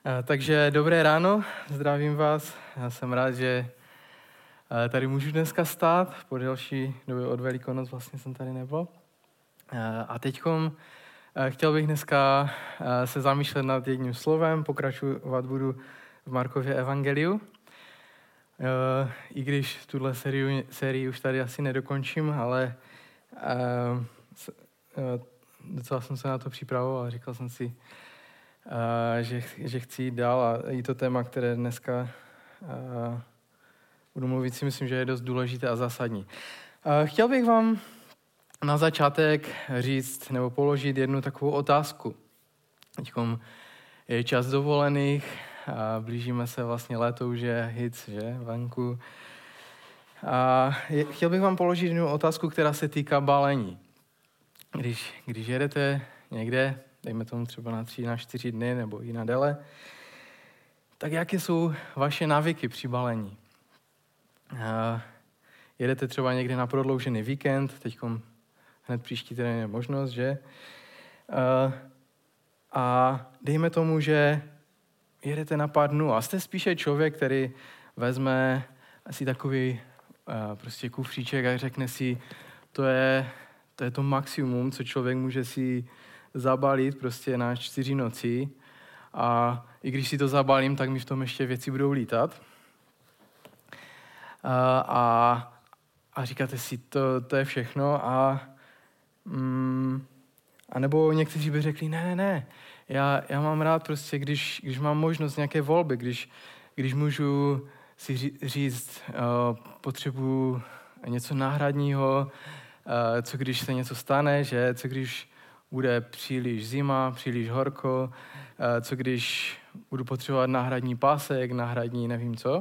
Takže dobré ráno, zdravím vás. Já jsem rád, že tady můžu dneska stát. Po delší době od Velikonoc vlastně jsem tady nebyl. A teďkom chtěl bych dneska se zamýšlet nad jedním slovem. Pokračovat budu v Markově evangeliu. I když tuhle sérii už tady asi nedokončím, ale docela jsem se na to připravoval a říkal jsem si, že chci jít dál a i to téma, které dneska budu mluvit, si myslím, že je dost důležité a zásadní. Chtěl bych vám na začátek říct nebo položit jednu takovou otázku. Teďkom je čas dovolených, blížíme se vlastně léto, už je hit, že, venku. Chtěl bych vám položit jednu otázku, která se týká balení. Když jedete někde, dejme tomu třeba na 3-4 dny nebo i na déle, tak jaké jsou vaše návyky při balení? Jedete třeba někde na prodloužený víkend, teďkom hned příští týden je možnost, že? A dejme tomu, že jedete na pár dnů a jste spíše člověk, který vezme asi takový prostě kufříček a řekne si, to je to maximum, co člověk může si zabalit prostě na 4 noci. A i když si to zabalím, tak mi v tom ještě věci budou lítat. A říkáte si, to je všechno. A nebo někteří by řekli, ne, já mám rád prostě, když mám možnost nějaké volby, když můžu si říct, potřebuji něco náhradního, co když se něco stane, že? Co když bude příliš zima, příliš horko, co když budu potřebovat náhradní pásek, náhradní nevím co.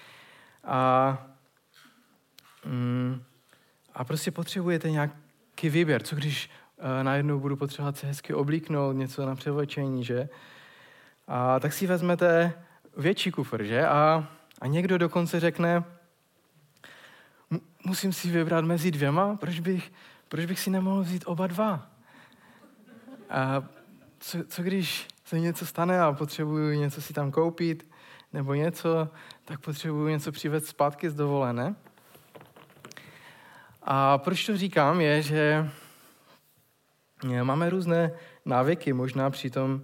A prostě potřebujete nějaký výběr, co když najednou budu potřebovat se hezky oblíknout, něco na převlečení, že? A tak si vezmete větší kufr, že? A někdo dokonce řekne, musím si vybrat mezi dvěma, proč bych si nemohl vzít oba dva? A co když se něco stane a potřebuju něco si tam koupit, nebo něco, tak potřebuju něco přivést zpátky z dovolené. A proč to říkám, je, že máme různé návyky, možná při tom,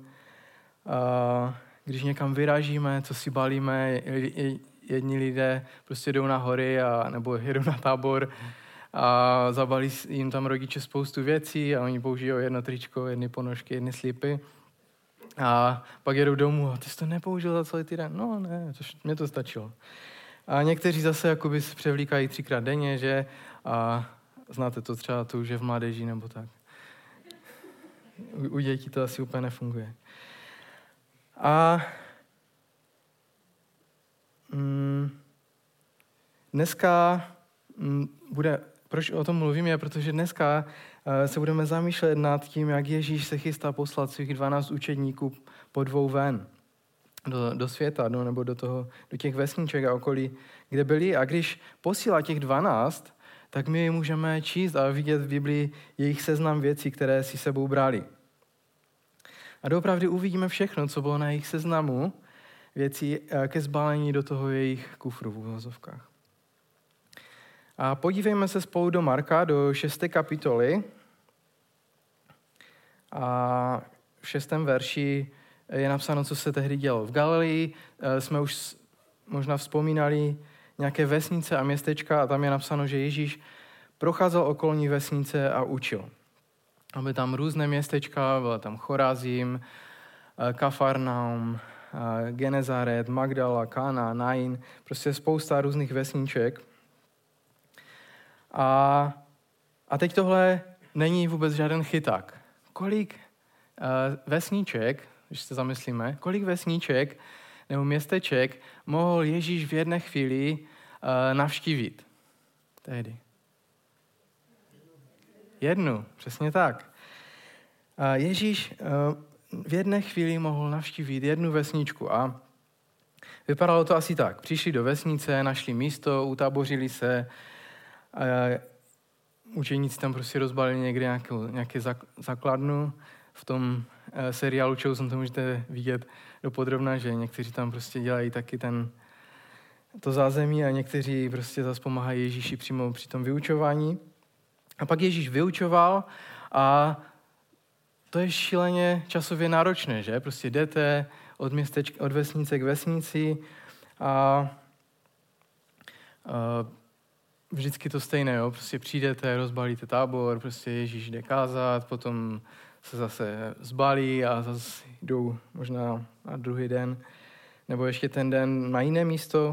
když někam vyrážíme, co si balíme, jedni lidé prostě jdou na hory nebo jedou na tábor a zabalí jim tam rodiče spoustu věcí a oni použijou jedno tričko, jedny ponožky, jedny slipy a pak jedou domů a ty jsi to nepoužil za celý týden? No ne, mě to stačilo. A někteří zase jakoby se převlíkají 3krát denně, že? A znáte to třeba, to už je v mládeži nebo tak. U dětí to asi úplně nefunguje. A dneska proč o tom mluvím, je, protože dneska se budeme zamýšlet nad tím, jak Ježíš se chystá poslat svých 12 učedníků po 2 ven do světa, nebo do těch vesniček a okolí, kde byli. A když posílá těch 12, tak my můžeme číst a vidět v Biblii jejich seznam věcí, které si sebou brali. A doopravdy uvidíme všechno, co bylo na jejich seznamu věcí ke zbalení do toho jejich kufru v uvozovkách. A podívejme se spolu do Marka, do 6. kapitoly. A v 6. verši je napsáno, co se tehdy dělo. V Galilei jsme už možná vzpomínali nějaké vesnice a městečka a tam je napsáno, že Ježíš procházel okolní vesnice a učil. Byly tam různé městečka, byla tam Chorazim, Kafarnaum, Genezaret, Magdala, Kana, Nain, prostě spousta různých vesniček. A teď tohle není vůbec žádný chyták. Kolik vesniček, když se zamyslíme, kolik vesniček nebo městeček mohl Ježíš v jedné chvíli navštívit? Tehdy. 1, přesně tak. Ježíš v jedné chvíli mohl navštívit 1 vesničku a vypadalo to asi tak. Přišli do vesnice, našli místo, utábořili se, učeníci tam prostě rozbalili někde nějaké základnu v tom seriálu Chosen to můžete vidět dopodrobna, že někteří tam prostě dělají taky to zázemí a někteří prostě zase pomáhají Ježíši přímo při tom vyučování. A pak Ježíš vyučoval a to je šíleně časově náročné, že? Prostě jdete od vesnice k vesnici a vždycky to stejné, jo? Prostě přijdete, rozbalíte tábor, prostě Ježíš jde kázat, potom se zase zbalí a zase jdou možná na druhý den, nebo ještě ten den na jiné místo.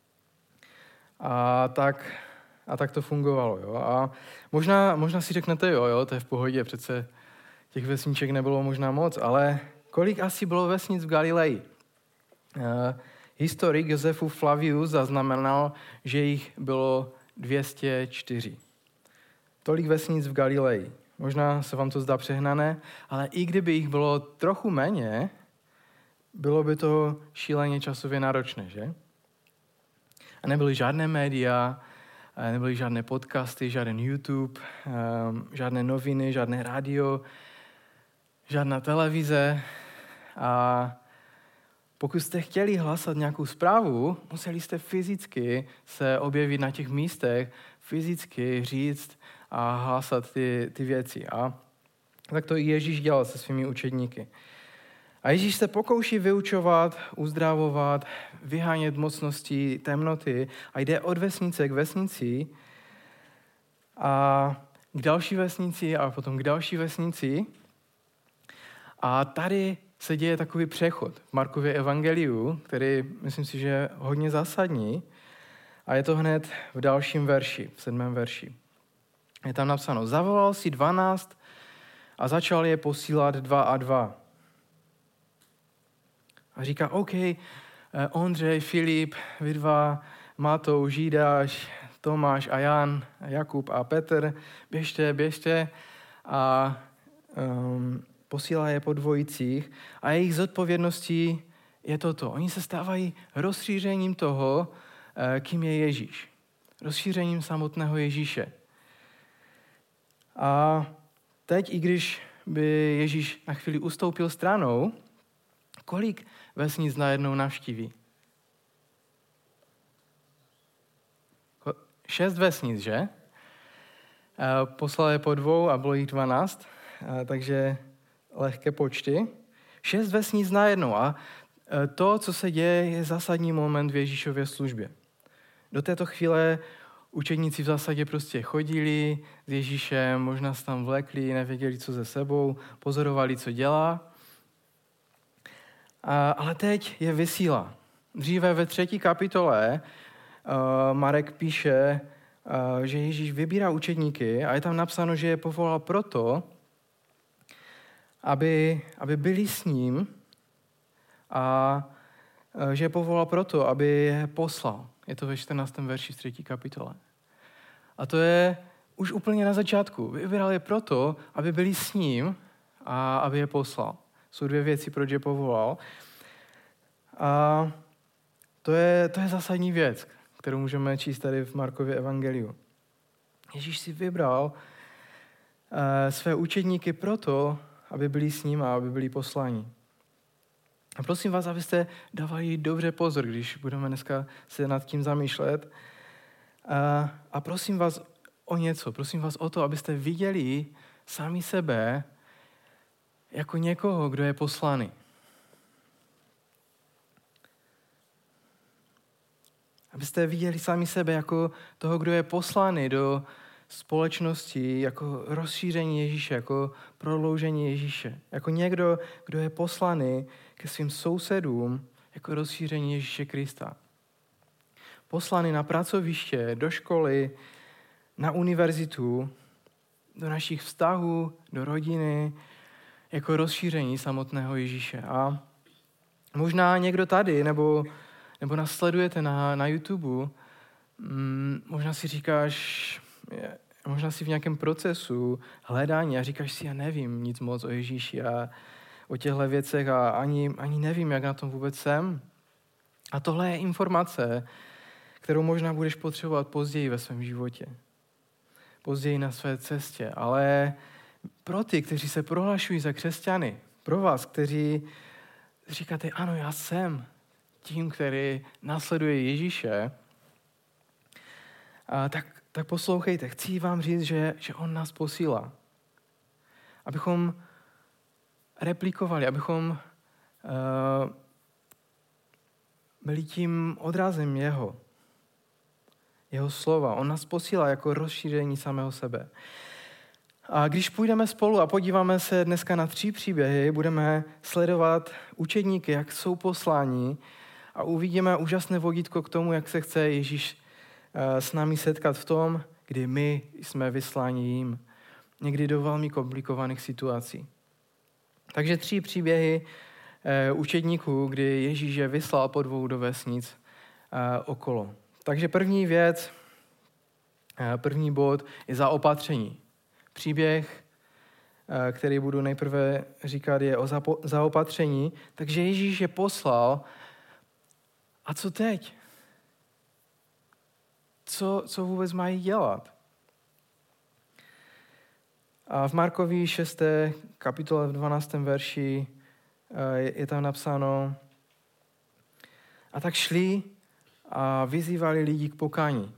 A tak to fungovalo. Jo? A možná si řeknete, jo, to je v pohodě, přece těch vesniček nebylo možná moc, ale kolik asi bylo vesnic v Galileji? Historik Josefův Flavius zaznamenal, že jich bylo 204. Tolik vesnic v Galileji. Možná se vám to zdá přehnané, ale i kdyby jich bylo trochu méně, bylo by to šíleně časově náročné, že? A nebyly žádné média, nebyly žádné podcasty, žádný YouTube, žádné noviny, žádné rádio, žádná televize. A pokud jste chtěli hlasat nějakou zprávu, museli jste fyzicky se objevit na těch místech, fyzicky říct a hlásat ty věci. A tak to i Ježíš dělal se svými učedníky. A Ježíš se pokouší vyučovat, uzdravovat, vyhánět mocnosti temnoty a jde od vesnice k vesnici a k další vesnici a potom k další vesnici. A tady se děje takový přechod v Markově evangeliu, který myslím si, že je hodně zásadní. A je to hned v dalším verši, v 7. verši. Je tam napsáno, zavolal si 12 a začal je posílat 2 a 2. A říká, OK, Ondřej, Filip, vy dva, Matouš, Jidáš, Tomáš a Jan, a Jakub a Petr, běžte. A posílá je po dvojicích. A jejich zodpovědností je toto. Oni se stávají rozšířením toho, kým je Ježíš. Rozšířením samotného Ježíše. A teď, i když by Ježíš na chvíli ustoupil stranou, kolik vesnic najednou navštíví? 6 vesnic, že? Poslal je po 2 a bylo jich 12, takže lehké počty. 6 vesnic najednou a to, co se děje, je zásadní moment v Ježíšově službě. Do této chvíle učedníci v zásadě prostě chodili s Ježíšem, možná se tam vlekli, nevěděli, co se sebou, pozorovali, co dělá. Ale teď je vysílá. Dříve ve 3. kapitole Marek píše, že Ježíš vybírá učedníky a je tam napsáno, že je povolal proto, aby byli s ním a že je povolal proto, aby je poslal. Je to ve 14. verši z 3. kapitole. A to je už úplně na začátku. Vybíral je proto, aby byli s ním a aby je poslal. Jsou 2 věci, proč je povolal. A to je zásadní věc, kterou můžeme číst tady v Markově evangeliu. Ježíš si vybral své učedníky proto, aby byli s ním a aby byli posláni. A prosím vás, abyste dávali dobře pozor, když budeme dneska se nad tím zamýšlet. A prosím vás o něco, prosím vás o to, abyste viděli sami sebe jako někoho, kdo je poslaný. Abyste viděli sami sebe jako toho, kdo je poslaný do společnosti, jako rozšíření Ježíše, jako prodloužení Ježíše. Jako někdo, kdo je poslaný ke svým sousedům, jako rozšíření Ježíše Krista. Poslaný na pracoviště, do školy, na univerzitu, do našich vztahů, do rodiny, jako rozšíření samotného Ježíše. A možná někdo tady, nebo nás sledujete na YouTube, možná si říkáš, možná si v nějakém procesu hledání a říkáš si, já nevím nic moc o Ježíši a o těchto věcech a ani nevím, jak na tom vůbec jsem. A tohle je informace, kterou možná budeš potřebovat později ve svém životě. Později na své cestě. Ale pro ty, kteří se prohlašují za křesťany, pro vás, kteří říkáte, ano, já jsem tím, který následuje Ježíše, tak poslouchejte. Chci vám říct, že on nás posílá. Abychom replikovali, abychom byli tím odrazem jeho slova. On nás posílá jako rozšíření samého sebe. A když půjdeme spolu a podíváme se dneska na 3 příběhy, budeme sledovat učedníky, jak jsou posláni a uvidíme úžasné vodítko k tomu, jak se chce Ježíš s námi setkat v tom, kdy my jsme vysláni jim. Někdy do velmi komplikovaných situací. Takže 3 příběhy učedníků, kdy Ježíš je vyslal po 2 do vesnic okolo. Takže první bod je zaopatření. Příběh, který budu nejprve říkat, je o zaopatření. Takže Ježíš je poslal. A co teď? Co vůbec mají dělat? A v Markovi 6. kapitole v 12. verši je tam napsáno: a tak šli a vyzývali lidi k pokání.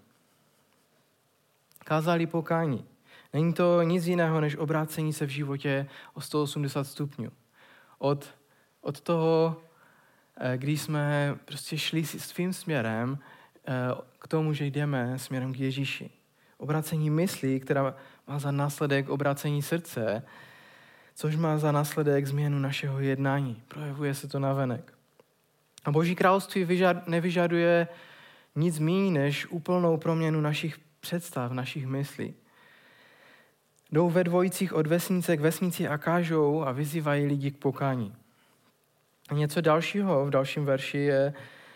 Kázali pokání. Není to nic jiného, než obrácení se v životě o 180 stupňů. Od toho, když jsme prostě šli svým směrem k tomu, že jdeme směrem k Ježíši. Obrácení myslí, která má za následek obrácení srdce, což má za následek změnu našeho jednání. Projevuje se to navenek. A Boží království nevyžaduje nic méně než úplnou proměnu našich představ, našich myslí. Jdou ve dvojicích od vesnice k vesnici a kážou a vyzývají lidi k pokání. A něco dalšího v dalším verši je: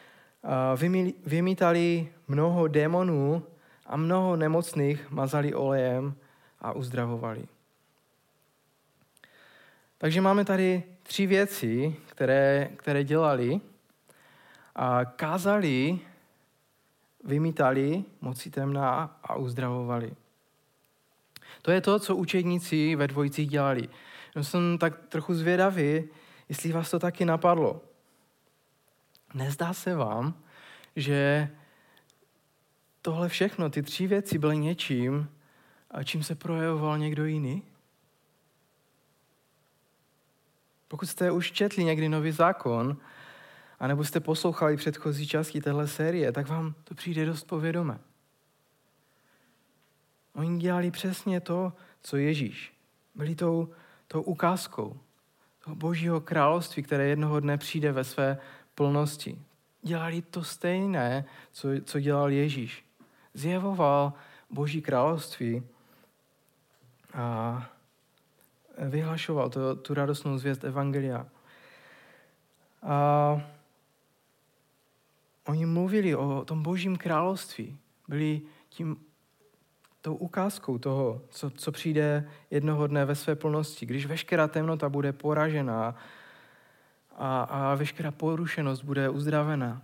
vymítali mnoho démonů a mnoho nemocných mazali olejem a uzdravovali. Takže máme tady 3 věci, které dělali. A kázali, vymítali moci temna a uzdravovali. To je to, co učedníci ve dvojicích dělali. Já jsem tak trochu zvědavý, jestli vás to taky napadlo. Nezdá se vám, že tohle všechno, ty 3 věci byly něčím, čím se projevoval někdo jiný? Pokud jste už četli někdy Nový zákon, anebo jste poslouchali předchozí části téhle série, tak vám to přijde dost povědomé. Oni dělali přesně to, co Ježíš. Byli tou ukázkou toho Božího království, které jednoho dne přijde ve své plnosti. Dělali to stejné, co dělal Ježíš. Zjevoval Boží království a vyhlašoval tu radostnou zvěst evangelia. A oni mluvili o tom Božím království. Byli tou ukázkou toho, co přijde jednoho dne ve své plnosti. Když veškerá temnota bude poražená a veškerá porušenost bude uzdravená.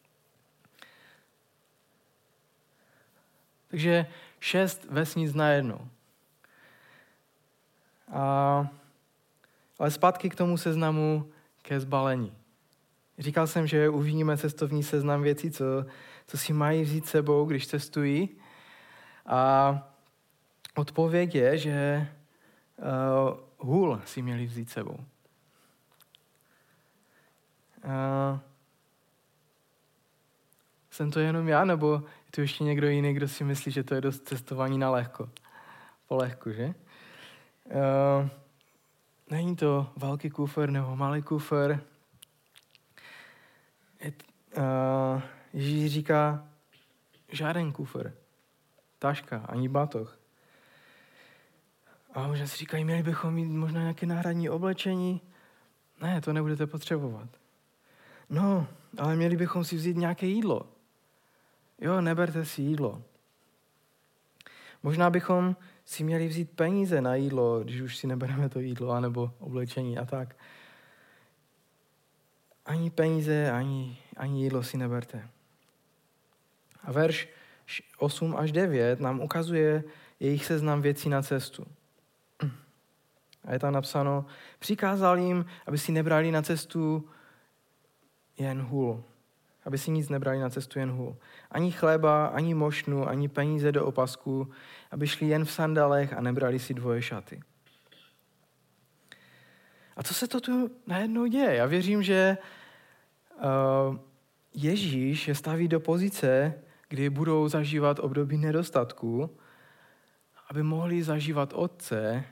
Takže 6 vesnic najednou. Ale zpátky k tomu seznamu ke zbalení. Říkal jsem, že uvidíme cestovní seznam věcí, co si mají vzít sebou, když cestují. A odpověď je, že hůl si měli vzít sebou. Jsem to jenom já, nebo je tu ještě někdo jiný, kdo si myslí, že to je dost cestování na lehko? Polehku, že? Není to velký kufr nebo malý kufr. Ježíš říká, žádný kufr, taška, ani batoh. A možná si říkají, měli bychom mít možná nějaké náhradní oblečení. Ne, to nebudete potřebovat. No, ale měli bychom si vzít nějaké jídlo. Jo, neberte si jídlo. Možná bychom si měli vzít peníze na jídlo, když už si nebereme to jídlo, anebo oblečení a tak. Ani peníze, ani jídlo si neberte. A verš 8 až 9 nám ukazuje jejich seznam věcí na cestu. A je tam napsáno, přikázal jim, aby si nebrali na cestu jen hůl. Aby si nic nebrali na cestu jen hůl. Ani chleba, ani mošnu, ani peníze do opasku, aby šli jen v sandálech a nebrali si dvoje šaty. A co se to tu najednou děje? Já věřím, že Ježíš je staví do pozice, kdy budou zažívat období nedostatku, aby mohli zažívat Otce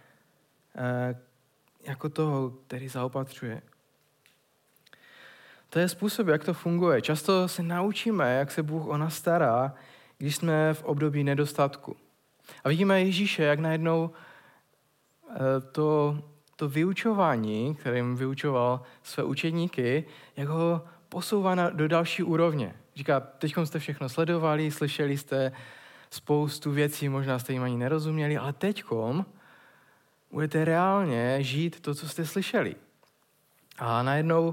jako toho, který zaopatřuje. To je způsob, jak to funguje. Často se naučíme, jak se Bůh o nás stará, když jsme v období nedostatku. A vidíme Ježíše, jak najednou to vyučování, kterým vyučoval své učedníky, jak ho posouvá do další úrovně. Říká, teďkom jste všechno sledovali, slyšeli jste spoustu věcí, možná jste jim ani nerozuměli, ale teďkom budete reálně žít to, co jste slyšeli. A najednou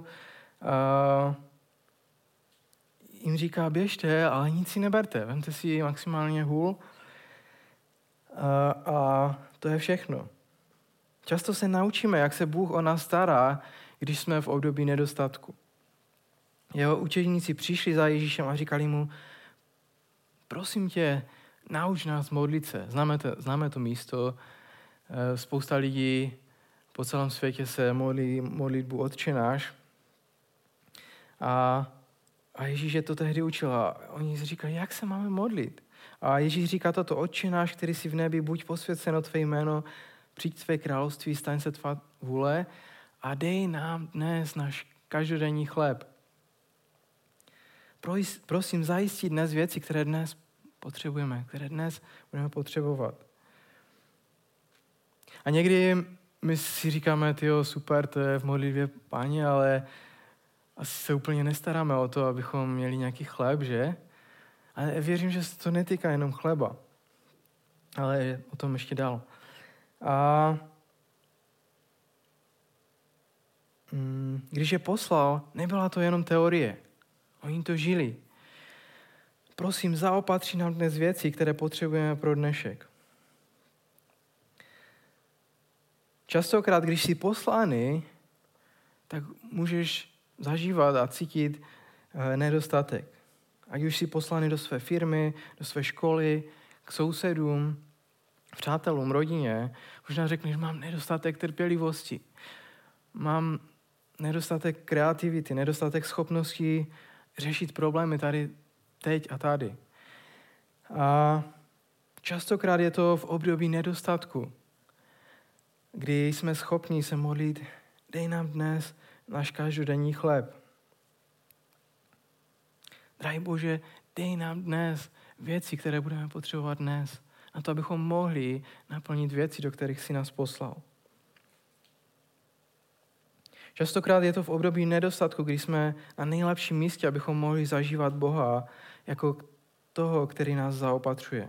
jim říká, běžte, ale nic si neberte, vemte si maximálně hůl a to je všechno. Často se naučíme, jak se Bůh o nás stará, když jsme v období nedostatku. Jeho učedníci přišli za Ježíšem a říkali mu, prosím tě, nauč nás modlit se. Známe to místo. Spousta lidí po celém světě se modlí modlitbu Otče náš. A Ježíš je to tehdy učil. A oni si říkali, jak se máme modlit? A Ježíš říká toto, Otče náš, který jsi v nebi, buď posvěceno tvé jméno, přijď tvé království, staň se tvá vůle a dej nám dnes náš každodenní chléb. Prosím, zajistit dnes věci, které dnes potřebujeme, které dnes budeme potřebovat. A někdy my si říkáme, tyjo, super, to je v modlitbě Páně, ale asi se úplně nestaráme o to, abychom měli nějaký chléb, že? Ale věřím, že se to netýká jenom chleba, ale je o tom ještě dál. A když je poslal, nebyla to jenom teorie. Oni to žili. Prosím, zaopatří nám dnes věci, které potřebujeme pro dnešek. Častokrát, když jsi poslaný, tak můžeš zažívat a cítit nedostatek. Ať už jsi poslaný do své firmy, do své školy, k sousedům, přátelům, rodině, možná řekneš, mám nedostatek trpělivosti, mám nedostatek kreativity, nedostatek schopností řešit problémy tady, teď a tady. A častokrát je to v období nedostatku, kdy jsme schopni se modlit, dej nám dnes náš každodenní chléb. Drahý Bože, dej nám dnes věci, které budeme potřebovat dnes, na to, abychom mohli naplnit věci, do kterých jsi nás poslal. Častokrát je to v období nedostatku, kdy jsme na nejlepším místě, abychom mohli zažívat Boha jako toho, který nás zaopatřuje.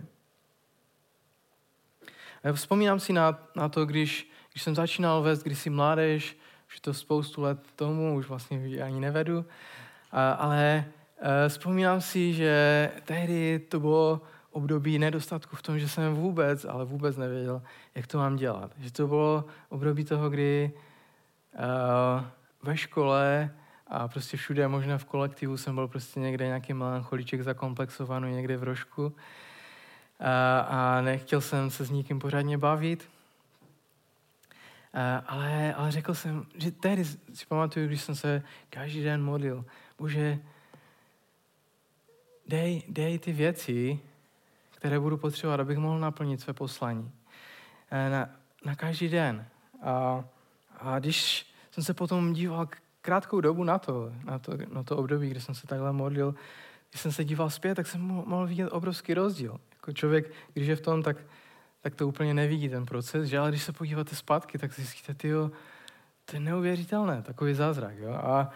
A vzpomínám si na to, když jsem začínal vést kdysi mládež, už to spoustu let tomu, už vlastně ani nevedu, ale vzpomínám si, že tehdy to bylo období nedostatku v tom, že jsem vůbec nevěděl, jak to mám dělat. Že to bylo období toho, kdy ve škole a prostě všude, možná v kolektivu jsem byl prostě někde nějaký melancholíček zakomplexovaný někde v rožku a nechtěl jsem se s nikým pořádně bavit. Ale řekl jsem, že tehdy si pamatuju, když jsem se každý den modlil, Bože, dej ty věci, které budu potřebovat, abych mohl naplnit své poslání. Na každý den. A když jsem se potom díval krátkou dobu na to období, kdy jsem se takhle modlil, když jsem se díval zpět, tak jsem mohl vidět obrovský rozdíl. Jako člověk, když je v tom, tak to úplně nevidí ten proces, že? Ale když se podíváte zpátky, tak zjistíte, tyjo, to je neuvěřitelné, takový zázrak. Jo? A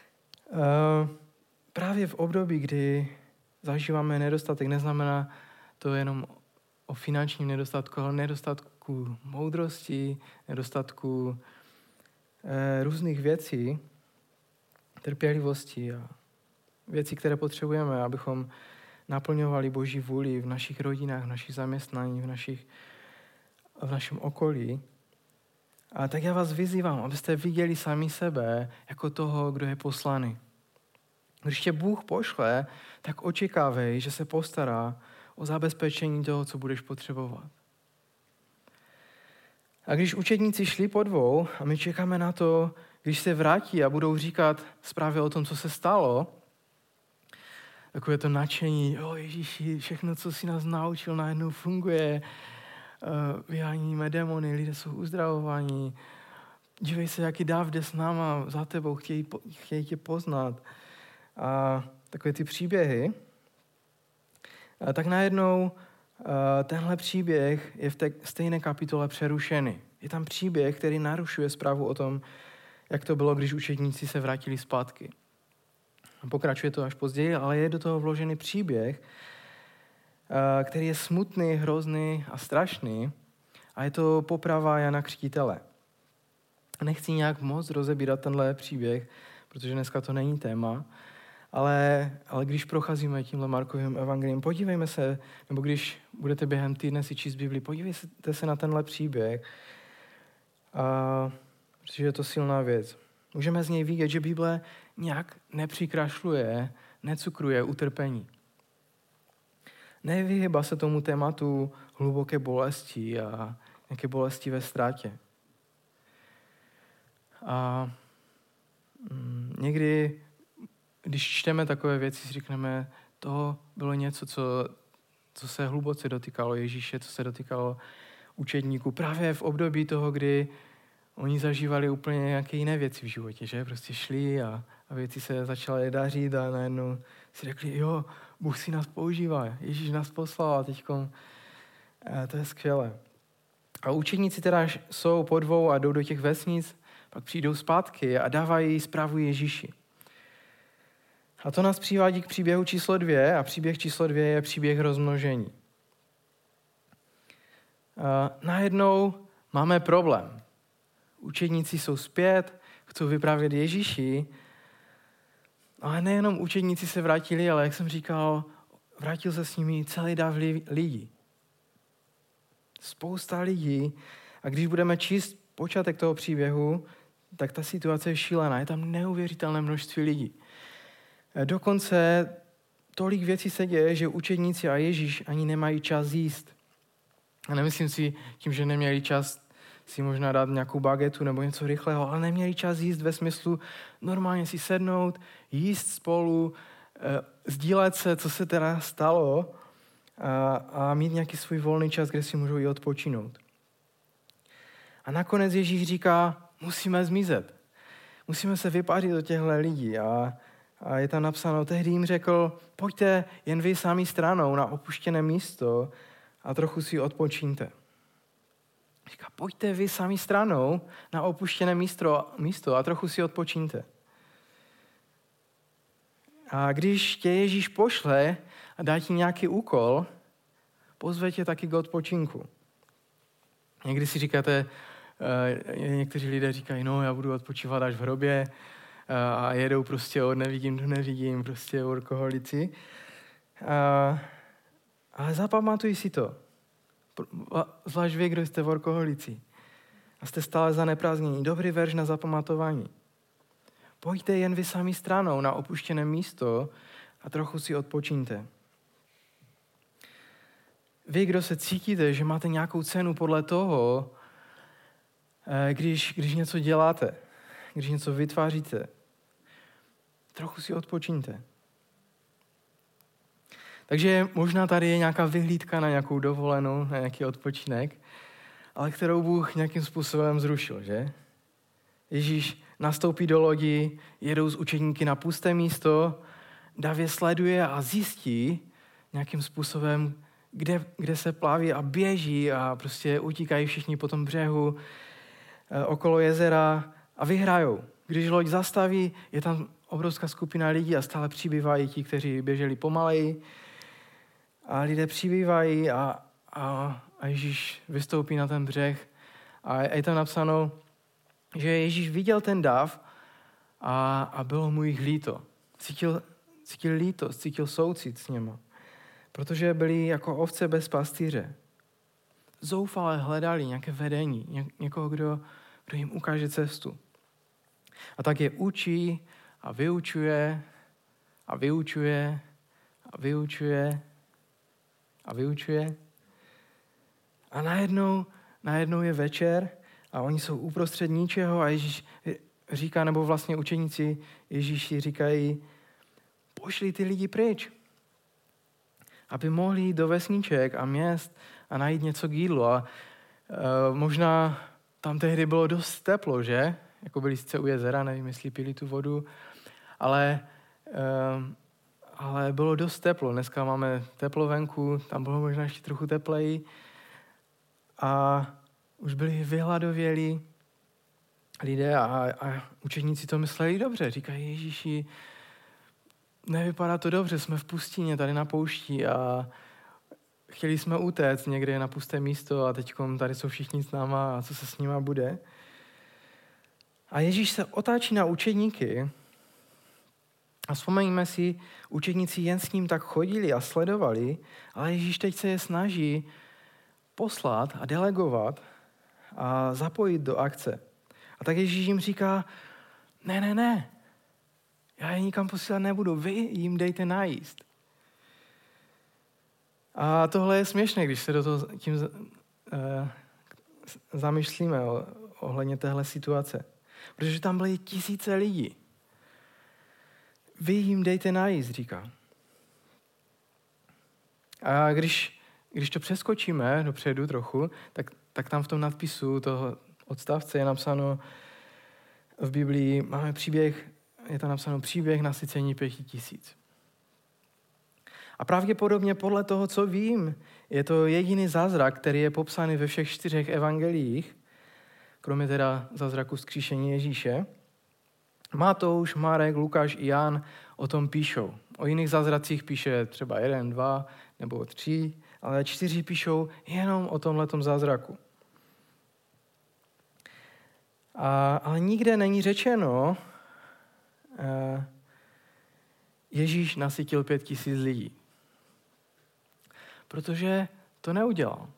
právě v období, kdy zažíváme nedostatek, neznamená to jenom o finančním nedostatku, ale nedostatku moudrosti, nedostatku různých věcí, trpělivosti a věcí, které potřebujeme, abychom naplňovali Boží vůli v našich rodinách, v našich zaměstnáních, v našem okolí. A tak já vás vyzývám, abyste viděli sami sebe jako toho, kdo je poslaný. Když tě Bůh pošle, tak očekávej, že se postará o zabezpečení toho, co budeš potřebovat. A když učedníci šli po dvou a my čekáme na to, když se vrátí a budou říkat zprávy o tom, co se stalo, takové to nadšení, Ježíši, všechno, co si nás naučil, najednou funguje, vyháníme démony, lidé jsou uzdravováni, dívej se, jaký dáv jde s náma, za tebou, chtějí tě poznat. A takové ty příběhy, tak najednou tenhle příběh je v té stejné kapitole přerušený. Je tam příběh, který narušuje zprávu o tom, jak to bylo, když učedníci se vrátili zpátky. Pokračuje to až později, ale je do toho vložený příběh, který je smutný, hrozný a strašný, a je to poprava Jana Křtitele. Nechci nějak moc rozebírat tenhle příběh, protože dneska to není téma, ale když procházíme tímhle Markovým evangeliem, podívejme se, nebo když budete během týdne si číst Bibli, podívejte se na tenhle příběh, protože je to silná věc. Můžeme z něj vidět, že Bible nějak nepřikrašluje, necukruje utrpení. Nevyhýbá se tomu tématu hluboké bolesti a nějaké bolesti ve ztrátě. A někdy, když čteme takové věci, si řekneme, to bylo něco, co se hluboce dotýkalo Ježíše, co se dotýkalo učedníků. Právě v období toho, kdy oni zažívali úplně nějaké jiné věci v životě, že? Prostě šli a věci se začaly dařit a najednou si řekli, Bůh si nás používá, Ježíš nás poslal a teďkom to je skvělé. A učedníci teda jsou po dvou a jdou do těch vesnic, pak přijdou zpátky a dávají zprávu Ježíši. A to nás přivádí k příběhu číslo 2 a příběh číslo 2 je příběh rozmnožení. Najednou máme problém. Učedníci jsou zpět, chcou vyprávět Ježíši, ale nejenom učedníci se vrátili, ale jak jsem říkal, vrátil se s nimi celý dav lidí. Spousta lidí, a když budeme číst počátek toho příběhu, tak ta situace je šílená. Je tam neuvěřitelné množství lidí. Dokonce tolik věcí se děje, že učedníci a Ježíš ani nemají čas jíst. A nemyslím si tím, že neměli čas si možná dát nějakou bagetu nebo něco rychlého, ale neměli čas jíst ve smyslu normálně si sednout, jíst spolu, sdílet se, co se teda stalo a mít nějaký svůj volný čas, kde si můžou i odpočinout. A nakonec Ježíš říká, musíme zmizet. Musíme se vypařit do těchto lidí. A je tam napsáno, tehdy jim řekl, pojďte jen vy sami stranou na opuštěné místo a trochu si odpočíňte. Říká, pojďte vy sami stranou na opuštěné místo a trochu si odpočíňte. A když tě Ježíš pošle a dá ti nějaký úkol, pozve tě taky k odpočinku. Někdy si říkáte, někteří lidé říkají, já budu odpočívat až v hrobě a jedou prostě od nevidím do nevidím, prostě workoholici. Ale zapamatuj si to. Zvlášť vy, kdo jste workoholici a jste stále zaneprázdnění. Dobrý verš na zapamatování. Pojďte jen vy sami stranou na opuštěné místo a trochu si odpočíňte. Vy, kdo se cítíte, že máte nějakou cenu podle toho, když něco děláte, když něco vytváříte, trochu si odpočíňte. Takže možná tady je nějaká vyhlídka na nějakou dovolenou, na nějaký odpočinek, ale kterou Bůh nějakým způsobem zrušil, že? Ježíš nastoupí do lodi, jedou z učedníky na pusté místo, Dav je sleduje a zjistí nějakým způsobem, kde se plaví a běží a prostě utíkají všichni po tom břehu okolo jezera a vyhrajou. Když loď zastaví, je tam obrovská skupina lidí a stále přibývají ti, kteří běželi pomaleji. A lidé přibývají a Ježíš vystoupí na ten břeh. A je tam napsáno, že Ježíš viděl ten dav a bylo mu jich líto. Cítil lítost, cítil soucit s něma. Protože byli jako ovce bez pastýře. Zoufale hledali nějaké vedení, někoho, kdo kdo jim ukáže cestu. A tak je učí a vyučuje a vyučuje a vyučuje a vyučuje. A najednou je večer a oni jsou uprostřed ničeho a Ježíš říká, nebo vlastně učeníci Ježíši říkají, pošli ty lidi pryč, aby mohli jít do vesniček a měst a najít něco k jídlu. A možná tam tehdy bylo dost teplo, že? Jako byli sice u jezera, nevím, jestli pili tu vodu, ale bylo dost teplo. Dneska máme teplo venku, tam bylo možná ještě trochu tepleji. A už byli vyhladovělí lidé a učeníci to mysleli dobře. Říkají Ježíši, nevypadá to dobře, jsme v pustině, tady na poušti a chtěli jsme utéct někde na pusté místo a teď tady jsou všichni s náma a co se s nima bude. A Ježíš se otáčí na učedníky a vzpomeňme si, učedníci jen s ním tak chodili a sledovali, ale Ježíš teď se je snaží poslat a delegovat a zapojit do akce. A tak Ježíš jim říká, ne, já je nikam posílat nebudu, vy jim dejte najíst. A tohle je směšné, když se do toho tím zamýšlíme ohledně téhle situace. Protože tam byly tisíce lidí. Vy jim dejte najíst, říká. A když to přeskočíme dopředu trochu, tak tam v tom nadpisu toho odstavce je napsáno v Biblii, máme příběh, je tam napsáno příběh nasycení 5000. A pravděpodobně podle toho, co vím, je to jediný zázrak, který je popsaný ve všech 4 evangeliích, kromě teda zázraku vzkříšení Ježíše. Matouš, Marek, Lukáš i Jan o tom píšou. O jiných zázracích píše třeba 1, 2 nebo 3, ale 4 píšou jenom o tomhletom zázraku. Ale nikde není řečeno, Ježíš nasytil 5000 lidí. Protože to neudělal.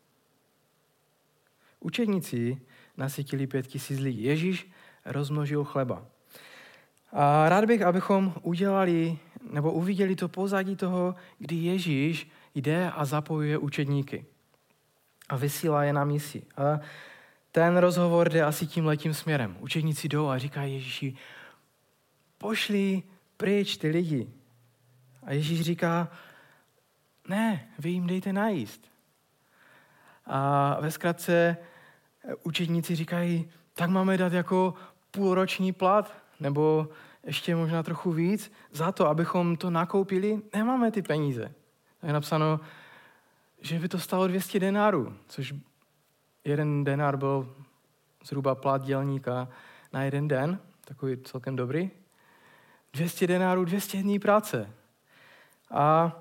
Učedníci nasytili 5000 lidí. Ježíš rozmnožil chleba. A rád bych, abychom uviděli to pozadí toho, kdy Ježíš jde a zapojuje učedníky. A vysílá je na misi. A ten rozhovor jde asi tímhletím směrem. Učedníci jdou a říkají Ježíši, pošli pryč ty lidi. A Ježíš říká, ne, vy jim dejte najíst. A ve zkratce učedníci říkají, tak máme dát jako půlroční plat, nebo ještě možná trochu víc, za to, abychom to nakoupili, nemáme ty peníze. To je napsáno, že by to stalo 200 denárů, což 1 denár byl zhruba plat dělníka na 1 den, takový celkem dobrý. 200 denárů, 200 dní práce. A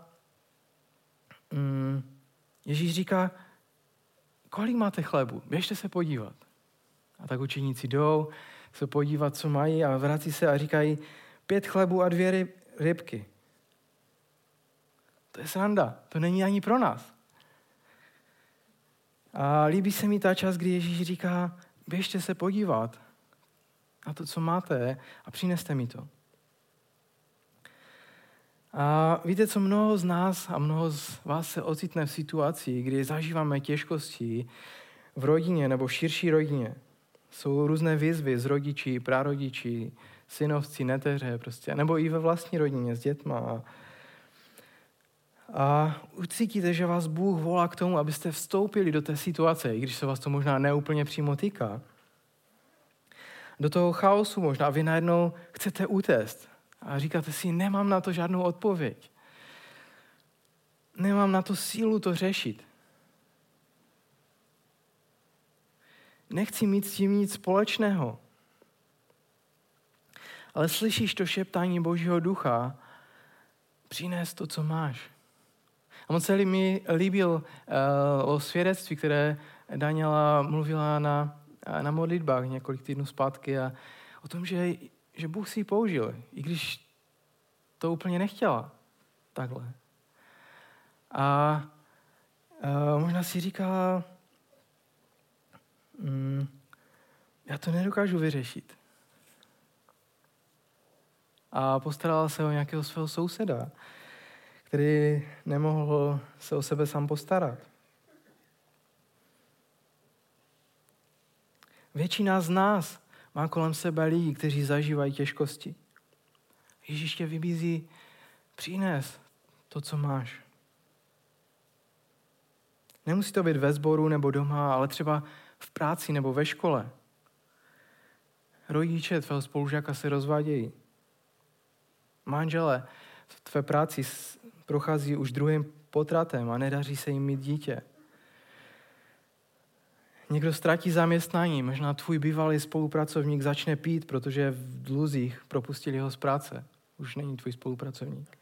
Ježíš říká, kolik máte chlebu? Běžte se podívat. A tak učeníci jdou se podívat, co mají a vrací se a říkají 5 chlebů a 2 rybky. To je sranda, to není ani pro nás. A líbí se mi ta část, kdy Ježíš říká, běžte se podívat na to, co máte a přineste mi to. A víte, co mnoho z nás a mnoho z vás se ocitne v situaci, kdy zažíváme těžkosti v rodině nebo v širší rodině. Jsou různé výzvy z rodičí, prarodičí, synovci, neteře prostě, nebo i ve vlastní rodině s dětma. A ucítíte, že vás Bůh volá k tomu, abyste vstoupili do té situace, i když se vás to možná neúplně přímo týká. Do toho chaosu možná a vy najednou chcete utéct. A říkáte si, nemám na to žádnou odpověď. Nemám na to sílu to řešit. Nechci mít s tím nic společného. Ale slyšíš to šeptání Božího ducha, přines to, co máš. A moc se mi líbil o svědectví, které Daniela mluvila na modlitbách několik týdnů zpátky a o tom, že Bůh si ji použil, i když to úplně nechtěla takhle. A možná si říkala, já to nedokážu vyřešit. A postaral se o nějakého svého souseda, který nemohl se o sebe sám postarat. Většina z nás má kolem sebe lidi, kteří zažívají těžkosti. Ježíš tě vybízí, přines to, co máš. Nemusí to být ve sboru nebo doma, ale třeba v práci nebo ve škole. Rodiče tvého spolužáka se rozvádějí. Manžele v tvé práci prochází už druhým potratem a nedaří se jim mít dítě. Někdo ztratí zaměstnání, možná tvůj bývalý spolupracovník začne pít, protože v dluzích propustili ho z práce. Už není tvůj spolupracovník.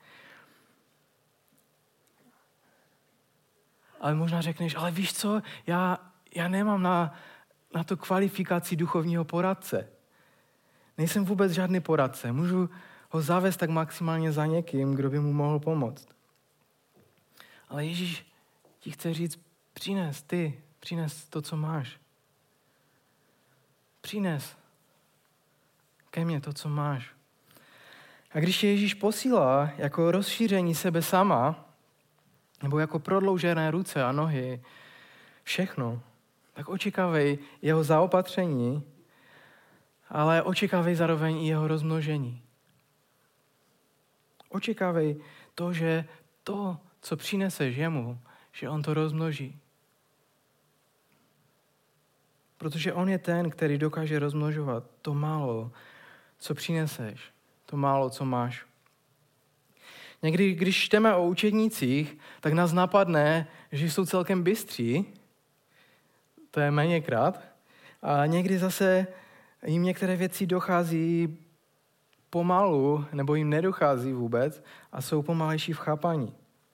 Ale možná řekneš, ale víš co, já nemám na to kvalifikaci duchovního poradce. Nejsem vůbec žádný poradce. Můžu ho zavést tak maximálně za někým, kdo by mu mohl pomoct. Ale Ježíš ti chce říct, přines to, co máš. Přines ke mně to, co máš. A když tě Ježíš posílá jako rozšíření sebe sama, nebo jako prodloužené ruce a nohy, všechno, tak očekávej jeho zaopatření, ale očekávej zároveň i jeho rozmnožení. Očekávej to, že to, co přineseš jemu, že on to rozmnoží. Protože on je ten, který dokáže rozmnožovat to málo, co přineseš, to málo, co máš. Někdy, když čteme o učednících, tak nás napadne, že jsou celkem bystří, to je méněkrát, a někdy zase jim některé věci dochází pomalu, nebo jim nedochází vůbec a jsou pomalejší v chápání.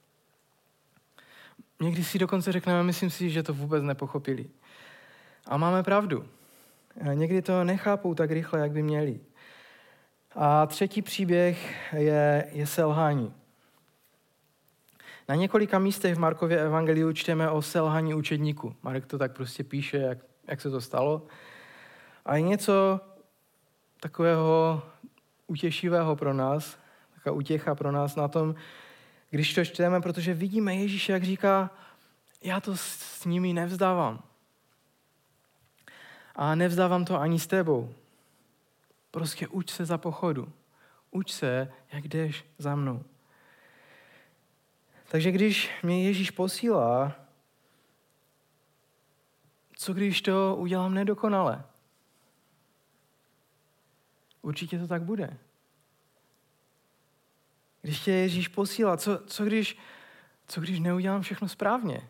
Někdy si dokonce řekneme, myslím si, že to vůbec nepochopili. A máme pravdu. Někdy to nechápou tak rychle, jak by měli. A třetí příběh je selhání. Na několika místech v Markově evangeliu čteme o selhání učedníků. Marek to tak prostě píše, jak se to stalo. A je něco takového utěšivého pro nás, taková utěcha pro nás na tom, když to čteme, protože vidíme Ježíše, jak říká, já to s nimi nevzdávám. A nevzdávám to ani s tebou. Prostě uč se za pochodu. Uč se, jak jdeš za mnou. Takže když mě Ježíš posílá, co když to udělám nedokonale? Určitě to tak bude. Když tě Ježíš posílá, co když neudělám všechno správně?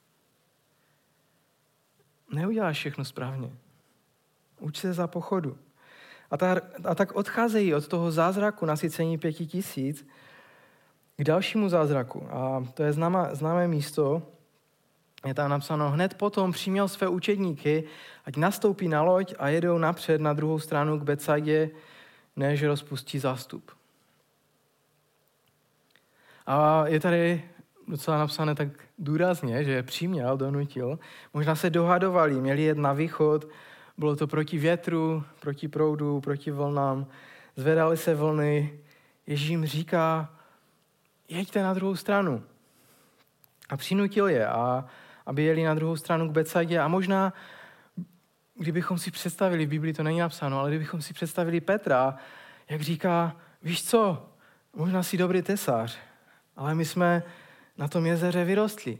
Neuděláš všechno správně. Uč se za pochodu. A tak odcházejí od toho zázraku nasycení 5000 k dalšímu zázraku. A to je známé místo. Je tam napsáno, hned potom přiměl své učedníky, ať nastoupí na loď a jedou napřed na druhou stranu k Betsaidě, než rozpustí zástup. A je tady docela napsané tak důrazně, že přiměl, donutil. Možná se dohadovali, měli jet na východ, bylo to proti větru, proti proudu, proti vlnám. Zvedaly se vlny. Ježíš jim říká, jeďte na druhou stranu. A přinutil je, aby jeli na druhou stranu k Betsaidě. A možná, kdybychom si představili, v Biblii to není napsáno, ale kdybychom si představili Petra, jak říká, víš co, možná jsi dobrý tesař, ale my jsme na tom jezeře vyrostli.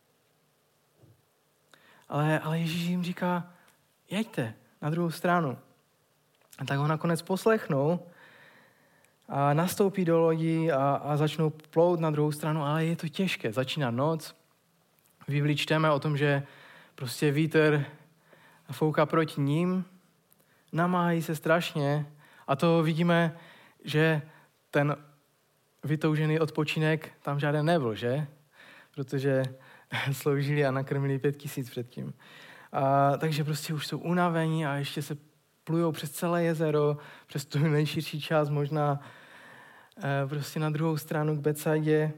Ale Ježíš jim říká, jeďte na druhou stranu. A tak ho nakonec poslechnou a nastoupí do lodi a začnou plout na druhou stranu, ale je to těžké. Začíná noc. V Biblii čteme o tom, že prostě vítr fouká proti ním, namáhají se strašně a to vidíme, že ten vytoužený odpočinek tam žádný nebyl, že? Protože sloužili a nakrmili 5000 předtím. Takže prostě už jsou unavení a ještě se plujou přes celé jezero, přes tu nejširší část možná prostě na druhou stranu k Betsaidě.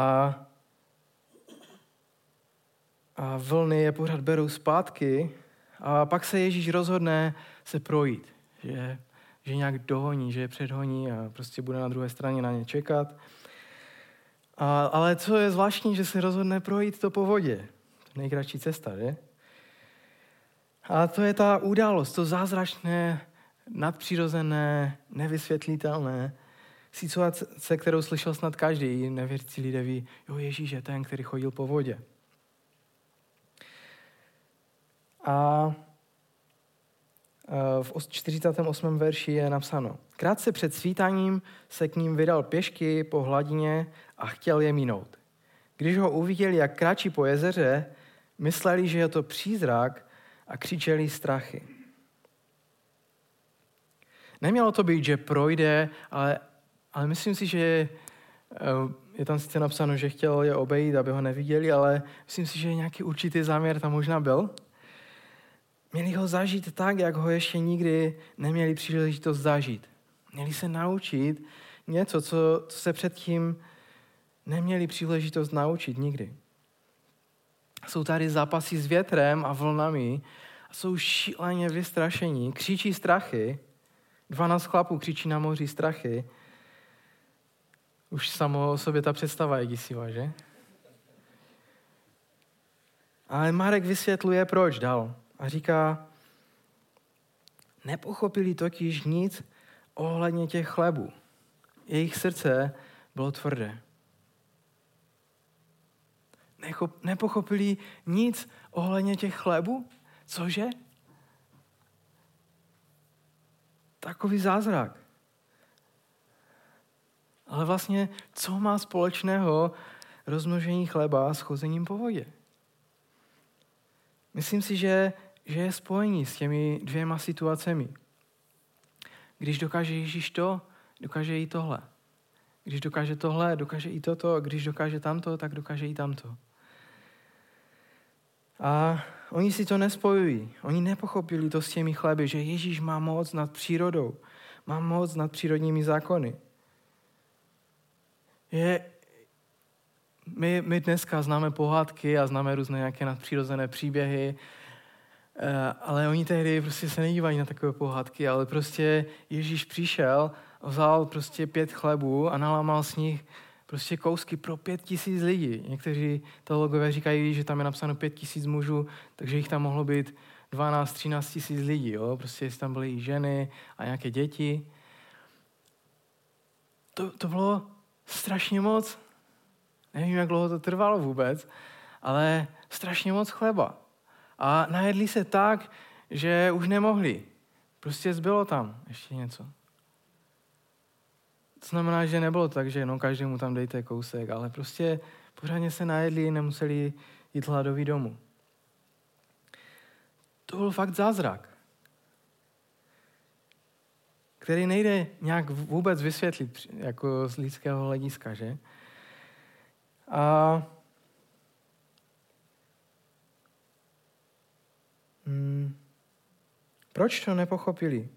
A vlny je pořád berou zpátky A pak se Ježíš rozhodne se projít, že nějak dohoní, že je předhoní a prostě bude na druhé straně na ně čekat. Ale co je zvláštní, že se rozhodne projít to po vodě. Nejkratší cesta, že? A to je ta událost, to zázračné, nadpřirozené, nevysvětlitelné situace, kterou slyšel snad každý. Nevěřící lidé ví, jo, Ježíš je ten, který chodil po vodě. A v 48. verši je napsáno: Krátce před svítáním se k ním vydal pěšky po hladině a chtěl je minout. Když ho uviděli, jak kráčí po jezeře, mysleli, že je to přízrak a křičeli strachy. Nemělo to být, že projde, ale myslím si, že je tam sice napsáno, že chtěl je obejít, aby ho neviděli, ale myslím si, že nějaký určitý záměr tam možná byl. Měli ho zažít tak, jak ho ještě nikdy neměli příležitost zažít. Měli se naučit něco, co se předtím neměli příležitost naučit nikdy. Jsou tady zápasy s větrem a vlnami a jsou šíleně vystrašení, křičí strachy. 12 chlapů křičí na moři strachy. Už samo o sobě ta představa je děsivá, že? Ale Marek vysvětluje, proč dál. A říká, nepochopili totiž nic ohledně těch chlebů. Jejich srdce bylo tvrdé. Nepochopili nic ohledně těch chlebů? Cože? Takový zázrak. Ale vlastně, co má společného rozmnožení chleba s chozením po vodě? Myslím si, že je spojení s těmi dvěma situacemi. Když dokáže Ježíš to, dokáže i tohle. Když dokáže tohle, dokáže i toto. A když dokáže tamto, tak dokáže i tamto. A oni si to nespojují. Oni nepochopili to s těmi chleby, že Ježíš má moc nad přírodou. Má moc nad přírodními zákony. My dneska známe pohádky a známe různé nějaké nadpřirozené příběhy, ale oni tehdy prostě se nedívají na takové pohádky, ale prostě Ježíš přišel, vzal prostě 5 chlebů a nalámal z nich prostě kousky pro 5000 lidí. Někteří teologové říkají, že tam je napsáno 5000 mužů, takže jich tam mohlo být 12-13 000 lidí. Jo? Prostě tam byly i ženy a nějaké děti. To bylo strašně moc. Nevím, jak dlouho to trvalo vůbec, ale strašně moc chleba. A najedli se tak, že už nemohli. Prostě zbylo tam ještě něco. To znamená, že nebylo tak, že každému tam dejte kousek, ale prostě pořádně se najedli, nemuseli jít hladový domů. To byl fakt zázrak, který nejde nějak vůbec vysvětlit jako z lidského hlediska, že? A proč to nepochopili?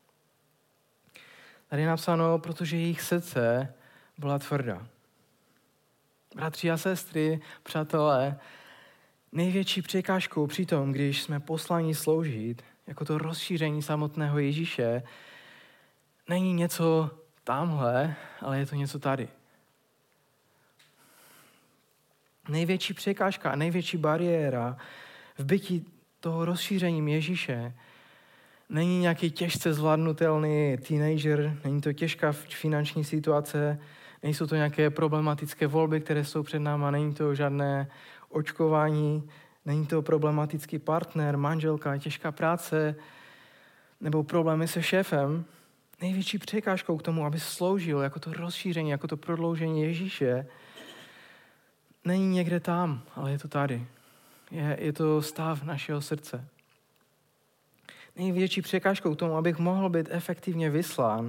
Tady je napsáno, protože jejich srdce byla tvrdá. Bratři a sestry, přátelé, největší překážkou při tom, když jsme poslani sloužit, jako to rozšíření samotného Ježíše, není něco tamhle, ale je to něco tady. Největší překážka a největší bariéra v bytí toho rozšířením Ježíše není nějaký těžce zvládnutelný teenager, není to těžká finanční situace, nejsou to nějaké problematické volby, které jsou před náma, není to žádné očkování, není to problematický partner, manželka, těžká práce nebo problémy se šéfem. Největší překážkou k tomu, aby sloužil jako to rozšíření, jako to prodloužení Ježíše, není někde tam, ale je to tady. Je to stav našeho srdce. Největší překážkou k tomu, abych mohl být efektivně vyslán,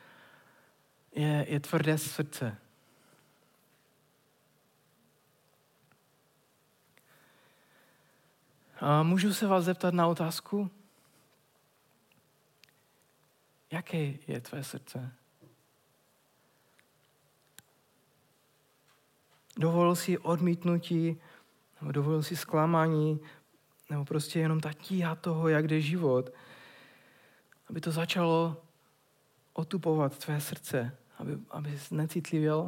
je tvrdé srdce. A můžu se vás zeptat na otázku? Jaké je tvé srdce? Dovolil jsi odmítnutí, dovolil jsi zklamání, nebo prostě jenom ta tíha toho, jak jde život, aby to začalo otupovat tvé srdce, aby jsi necitlivěl.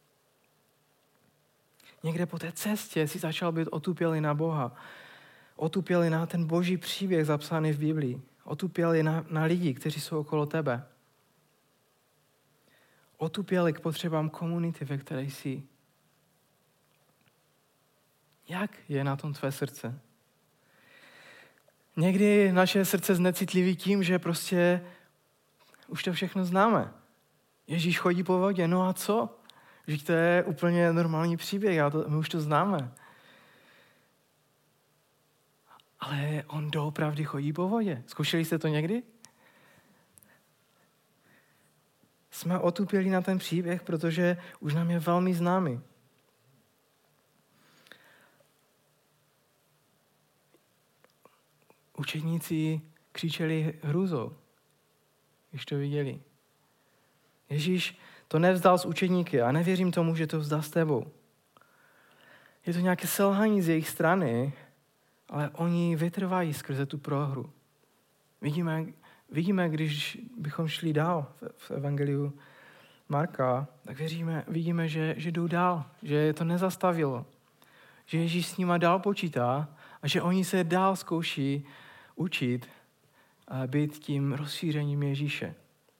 Někde po té cestě si začal být otupělý na Boha. Otupělý na ten boží příběh zapsaný v Biblii. Otupělý na lidi, kteří jsou okolo tebe. Otupělý k potřebám komunity, ve které jsi. Jak je na tom tvé srdce? Někdy naše srdce znecitliví tím, že prostě už to všechno známe. Ježíš chodí po vodě, no a co? Že to je úplně normální příběh, my už to známe. Ale on doopravdy chodí po vodě. Zkoušeli jste to někdy? Jsme otupěli na ten příběh, protože už nám je velmi známý. Učedníci křičeli hrůzou, když to viděli. Ježíš to nevzdal z učedníky a nevěřím tomu, že to vzdá s tebou. Je to nějaké selhání z jejich strany, ale oni vytrvají skrze tu prohru. Vidíme, když bychom šli dál v evangeliu Marka, tak vidíme, že jdou dál, že je to nezastavilo. Že Ježíš s nima dál počítá a že oni se dál zkouší učit a být tím rozšířením Ježíše.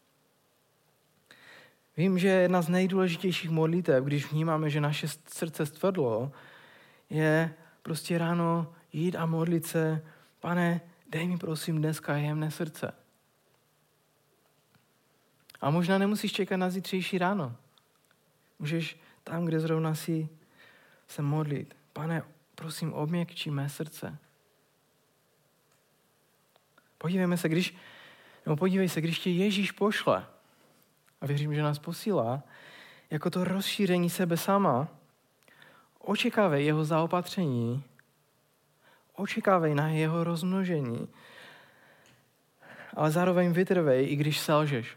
Vím, že jedna z nejdůležitějších modlitev, když vnímáme, že naše srdce stvrdlo, je prostě ráno jít a modlit se, Pane, dej mi prosím dneska jemné srdce. A možná nemusíš čekat na zítřejší ráno. Můžeš tam, kde zrovna si se modlit. Pane, prosím, obměkčí mé srdce. Podívej se, když tě Ježíš pošle, a věřím, že nás posílá, jako to rozšíření sebe sama, očekávej jeho zaopatření, očekávej na jeho rozmnožení, ale zároveň vytrvej, i když selžeš.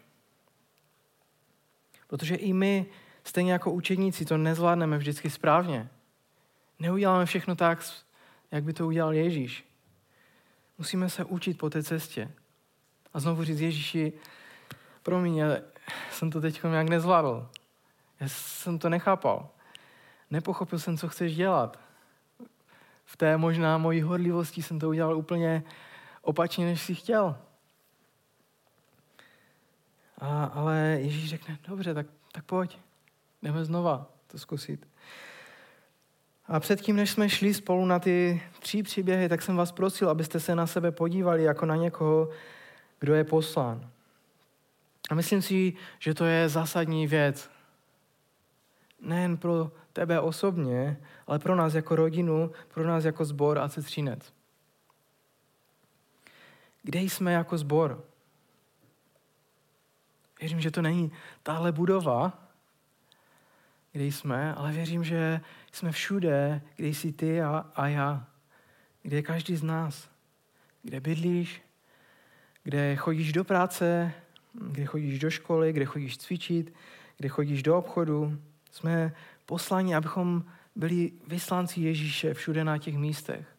Protože i my, stejně jako učedníci, to nezvládneme vždycky správně. Neuděláme všechno tak, jak by to udělal Ježíš. Musíme se učit po té cestě. A znovu říct Ježíši, promiň, ale jsem to teď nějak nezvládl. Já jsem to nechápal. Nepochopil jsem, co chceš dělat. V té možná mojí horlivosti jsem to udělal úplně opačně, než jsi chtěl. Ale Ježíš řekne, dobře, tak pojď. Jdeme znova to zkusit. A předtím, než jsme šli spolu na ty 3 příběhy, tak jsem vás prosil, abyste se na sebe podívali jako na někoho, kdo je poslán. A myslím si, že to je zásadní věc. Nejen pro tebe osobně, ale pro nás jako rodinu, pro nás jako sbor a sestřinec. Kde jsme jako sbor? Věřím, že to není tahle budova, kde jsme, ale věřím, že jsme všude, kde jsi ty a já. Kde je každý z nás. Kde bydlíš, kde chodíš do práce, kde chodíš do školy, kde chodíš cvičit, kde chodíš do obchodu. Jsme poslani, abychom byli vyslanci Ježíše všude na těch místech.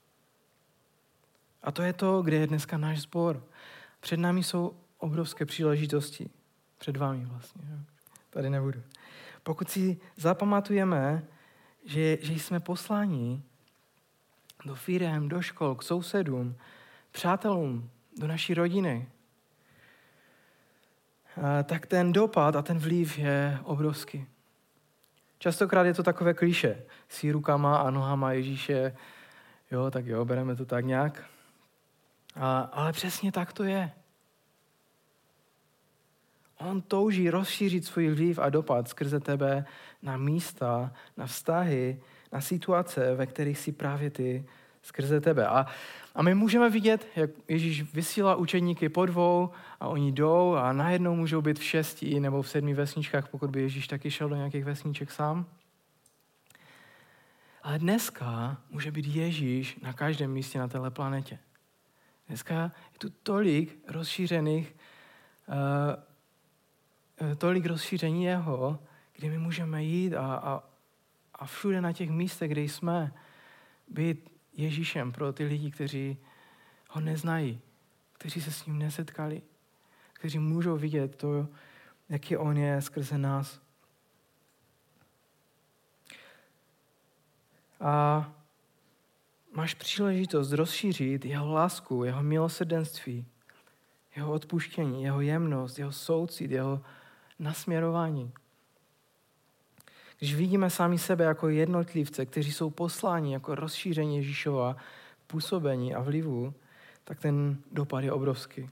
A to je to, kde je dneska náš sbor. Před námi jsou obrovské příležitosti. Před vámi vlastně. Tady nebudu. Pokud si zapamatujeme, že jsme posláni do firem, do škol, k sousedům, přátelům, do naší rodiny, tak ten dopad a ten vliv je obrovský. Častokrát je to takové klišé. S rukama a nohama Ježíše, tak bereme to tak nějak. Ale přesně tak to je. On touží rozšířit svůj vliv a dopad skrze tebe na místa, na vztahy, na situace, ve kterých jsi právě ty skrze tebe. A my můžeme vidět, jak Ježíš vysílá učedníky po 2 a oni jdou a najednou můžou být v 6 nebo v 7 vesničkách, pokud by Ježíš taky šel do nějakých vesniček sám. Ale dneska může být Ježíš na každém místě na téhle planetě. Dneska je tu tolik rozšíření jeho, kde my můžeme jít a všude na těch místech, kde jsme, být Ježíšem pro ty lidi, kteří ho neznají, kteří se s ním nesetkali, kteří můžou vidět to, jaký on je skrze nás. A máš příležitost rozšířit jeho lásku, jeho milosrdenství, jeho odpuštění, jeho jemnost, jeho soucit, jeho nasměrování. Když vidíme sami sebe jako jednotlivce, kteří jsou posláni jako rozšíření Ježíšova působení a vlivu, tak ten dopad je obrovský.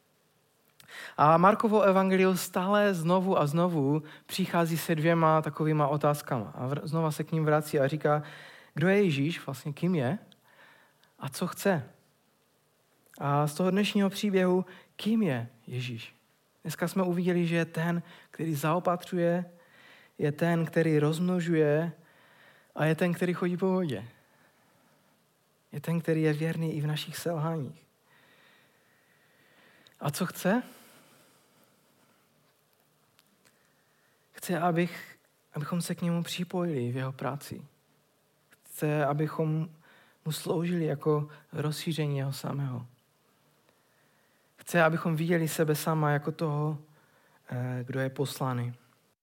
A Markovo evangelium stále znovu a znovu přichází se 2 takovýma otázkama. A znova se k ním vrací a říká, kdo je Ježíš, vlastně kým je a co chce. A z toho dnešního příběhu, kým je Ježíš? Dneska jsme uviděli, že je ten, který zaopatřuje, je ten, který rozmnožuje a je ten, který chodí po vodě. Je ten, který je věrný i v našich selháních. A co chce? Chce, abychom se k němu připojili v jeho práci. Chce, abychom mu sloužili jako rozšíření jeho samého. Chce, abychom viděli sebe sama jako toho, kdo je poslaný.